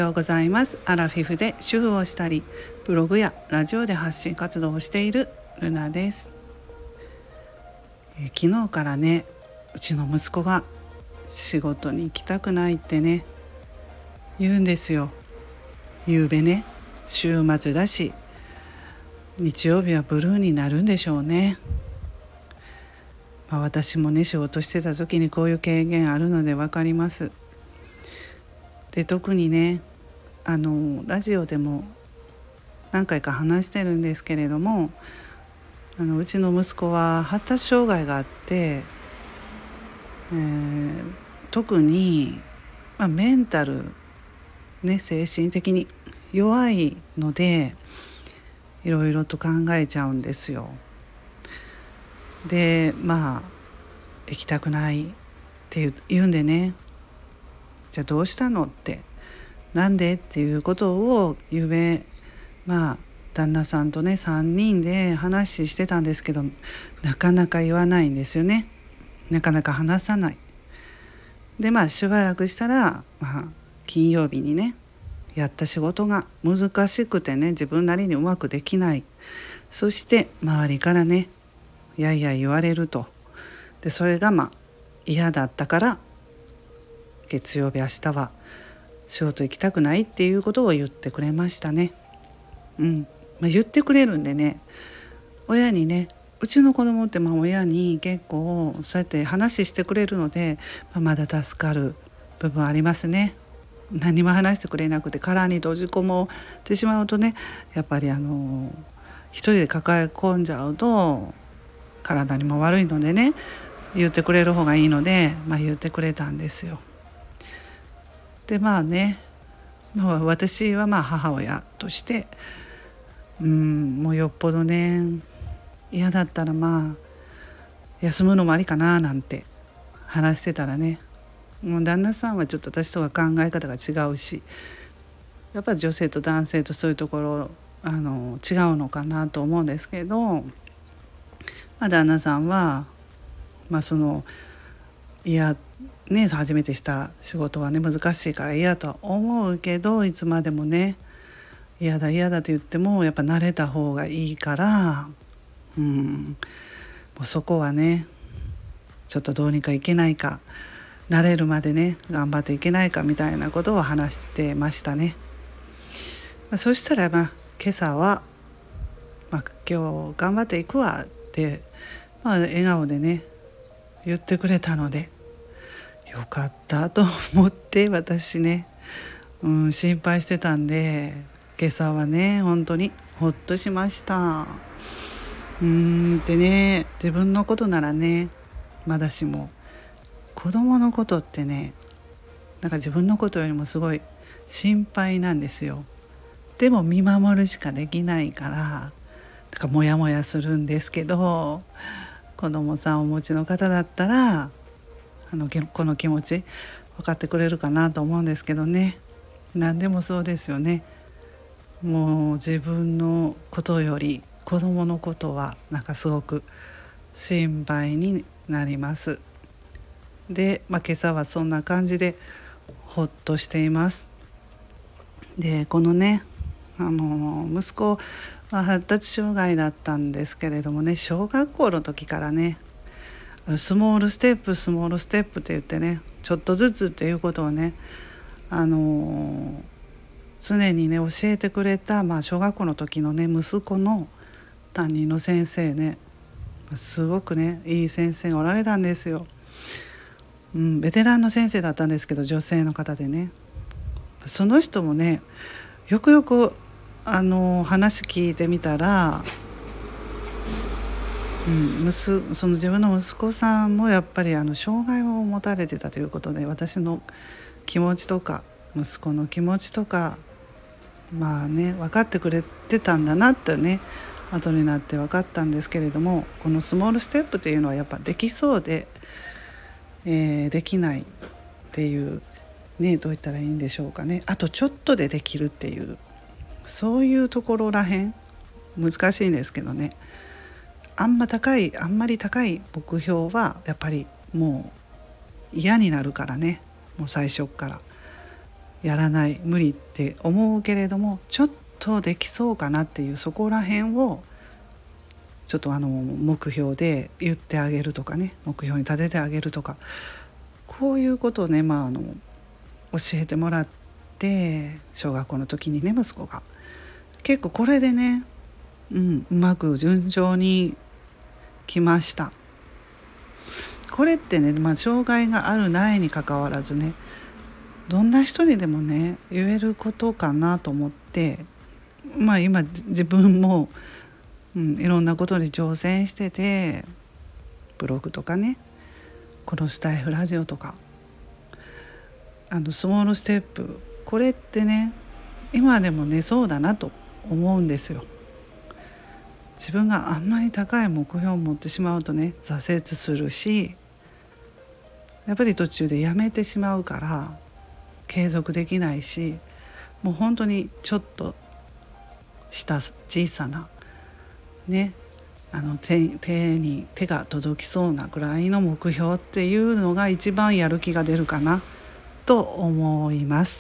ようございます。アラフィフで主婦をしたりブログやラジオで発信活動をしているルナです。昨日からね、うちの息子が仕事に行きたくないってね言うんですよ。夕べね、週末だし日曜日はブルーになるんでしょうね。私もね、仕事してた時にこういう経験あるので分かります。で、特にね、ラジオでも何回か話してるんですけれども、うちの息子は発達障害があって、特に、メンタル、精神的に弱いのでいろいろと考えちゃうんですよ。で、行きたくないって言うんでね、じゃあどうしたのって、なんでっていうことをゆうべ旦那さんとね3人で話してたんですけど、なかなか言わないんですよね。なかなか話さない。でしばらくしたら、金曜日にねやった仕事が難しくてね、自分なりにうまくできない。そして周りからねやいや言われると。でそれが嫌だったから、月曜日明日は仕事行きたくないっていうことを言ってくれましたね。言ってくれるんでね、親にね、うちの子供って親に結構そうやって話してくれるので、まだ助かる部分ありますね。何も話してくれなくて殻に閉じこもってしまうとね、やっぱり一人で抱え込んじゃうと体にも悪いのでね、言ってくれる方がいいので、言ってくれたんですよ。で私は母親としてもうよっぽどね嫌だったら休むのもありかななんて話してたらね、もう旦那さんはちょっと私とは考え方が違うし、やっぱり女性と男性とそういうところ違うのかなと思うんですけど、旦那さんは初めてした仕事はね難しいから嫌とは思うけど、いつまでもね嫌だって言ってもやっぱ慣れた方がいいから、もうそこはねちょっとどうにかいけないか、慣れるまでね頑張っていけないかみたいなことを話してましたね。そしたら今朝は、今日頑張っていくわって、笑顔でね言ってくれたのでよかったと思って、私ね、心配してたんで、今朝はね本当にほっとしました。でね、自分のことならねまだしも、子供のことってね、自分のことよりもすごい心配なんですよ。でも見守るしかできないから、モヤモヤするんですけど、子供さんをお持ちの方だったらこの気持ち分かってくれるかなと思うんですけどね。何でもそうですよね。もう自分のことより子供のことはすごく心配になります。で、今朝はそんな感じでほっとしています。で、このね息子は発達障害だったんですけれどもね、小学校の時からねスモールステップって言ってね、ちょっとずつっていうことをね常にね教えてくれた、小学校の時のね息子の担任の先生ね、すごくねいい先生がおられたんですよ。ベテランの先生だったんですけど、女性の方でね、その人もねよくよく話聞いてみたら、その自分の息子さんもやっぱり障害を持たれてたということで、私の気持ちとか息子の気持ちとか分かってくれてたんだなってね、後になって分かったんですけれども、このスモールステップっていうのはやっぱできそうで、できないっていうね、どう言ったらいいんでしょうかね。あとちょっとでできるっていう、そういうところらへん難しいんですけどね、あんまり高い目標はやっぱりもう嫌になるからね、もう最初からやらない、無理って思うけれども、ちょっとできそうかなっていう、そこら辺をちょっと目標で言ってあげるとかね、目標に立ててあげるとか、こういうことをね、教えてもらって、小学校の時にね、息子が結構これでね、うまく順調に来ました。これってね、障害があるないにかかわらずね、どんな人にでもね言えることかなと思って、今自分も、いろんなことに挑戦してて、ブログとかね、このスタイフラジオとか、スモールステップ、これってね今でもねそうだなと思うんですよ。自分があんまり高い目標を持ってしまうとね、挫折するし、やっぱり途中でやめてしまうから継続できないし、もう本当にちょっとした小さなね、手が届きそうなぐらいの目標っていうのが一番やる気が出るかなと思います。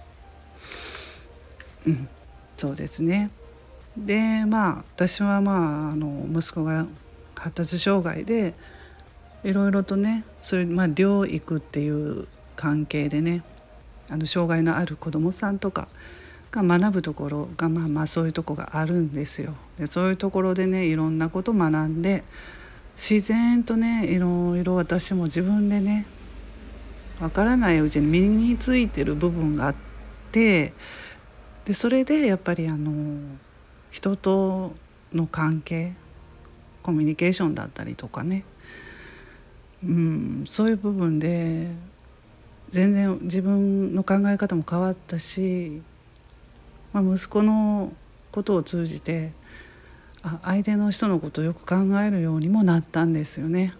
そうですね。で私は息子が発達障害でいろいろとね、そういう療育っていう関係でね、障害のある子どもさんとかが学ぶところがそういうとこがあるんですよ。でそういうところでねいろんなこと学んで、自然とねいろいろ私も自分でねわからないうちに身についてる部分があって、でそれでやっぱり人との関係、コミュニケーションだったりとかね、そういう部分で全然自分の考え方も変わったし、息子のことを通じて相手の人のことをよく考えるようにもなったんですよね。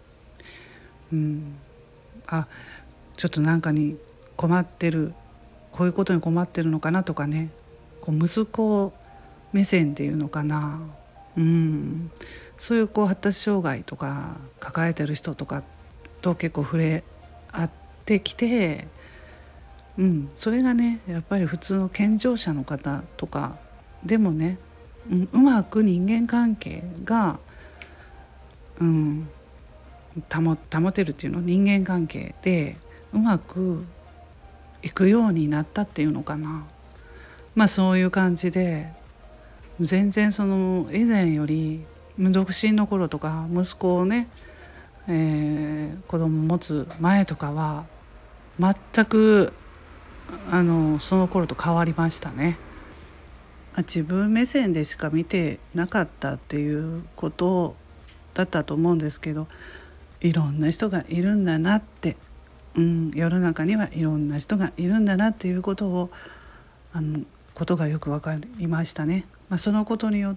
ちょっとなんかに困ってる、こういうことに困ってるのかなとかね、息子目線っていうのかな、そういう発達障害とか抱えてる人とかと結構触れ合ってきて、それがねやっぱり普通の健常者の方とかでもね、うまく人間関係が、保てるっていうの、人間関係でうまくいくようになったっていうのかな。そういう感じで、全然以前より独身の頃とか息子をね、子供持つ前とかは全くその頃と変わりましたね。自分目線でしか見てなかったっていうことだったと思うんですけど、いろんな人がいるんだなって、世の中にはいろんな人がいるんだなっていうことがよく分かりましたね。そのことによって、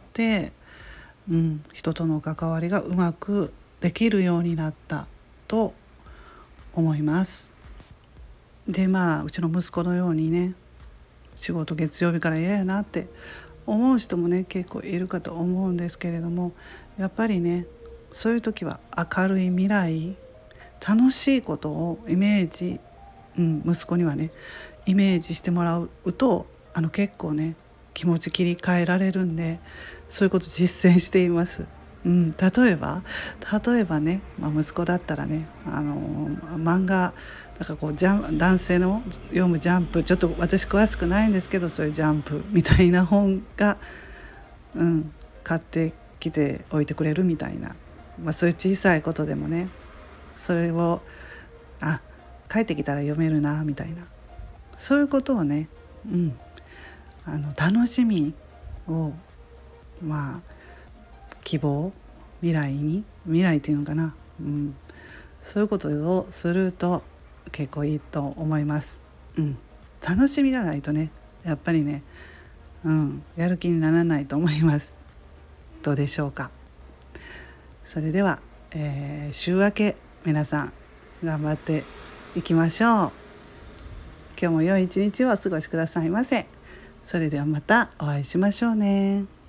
人との関わりがうまくできるようになったと思います。でうちの息子のようにね、仕事月曜日から嫌やなって思う人もね結構いるかと思うんですけれども、やっぱりねそういう時は明るい未来、楽しいことをイメージ、息子にはねイメージしてもらうと結構ね気持ち切り替えられるんで、そういうこと実践しています。例えばね、息子だったらね漫画だから男性の読むジャンプ、ちょっと私詳しくないんですけど、そういうジャンプみたいな本が、買ってきて置いてくれるみたいな、そういう小さいことでもね、それを帰ってきたら読めるなみたいな、そういうことをね、楽しみを希望、未来っていうのかな、そういうことをすると結構いいと思います。楽しみがないとねやっぱりね、やる気にならないと思います。どうでしょうか。それでは、週明け皆さん頑張っていきましょう。今日も良い一日をお過ごしくださいませ。それではまたお会いしましょうね。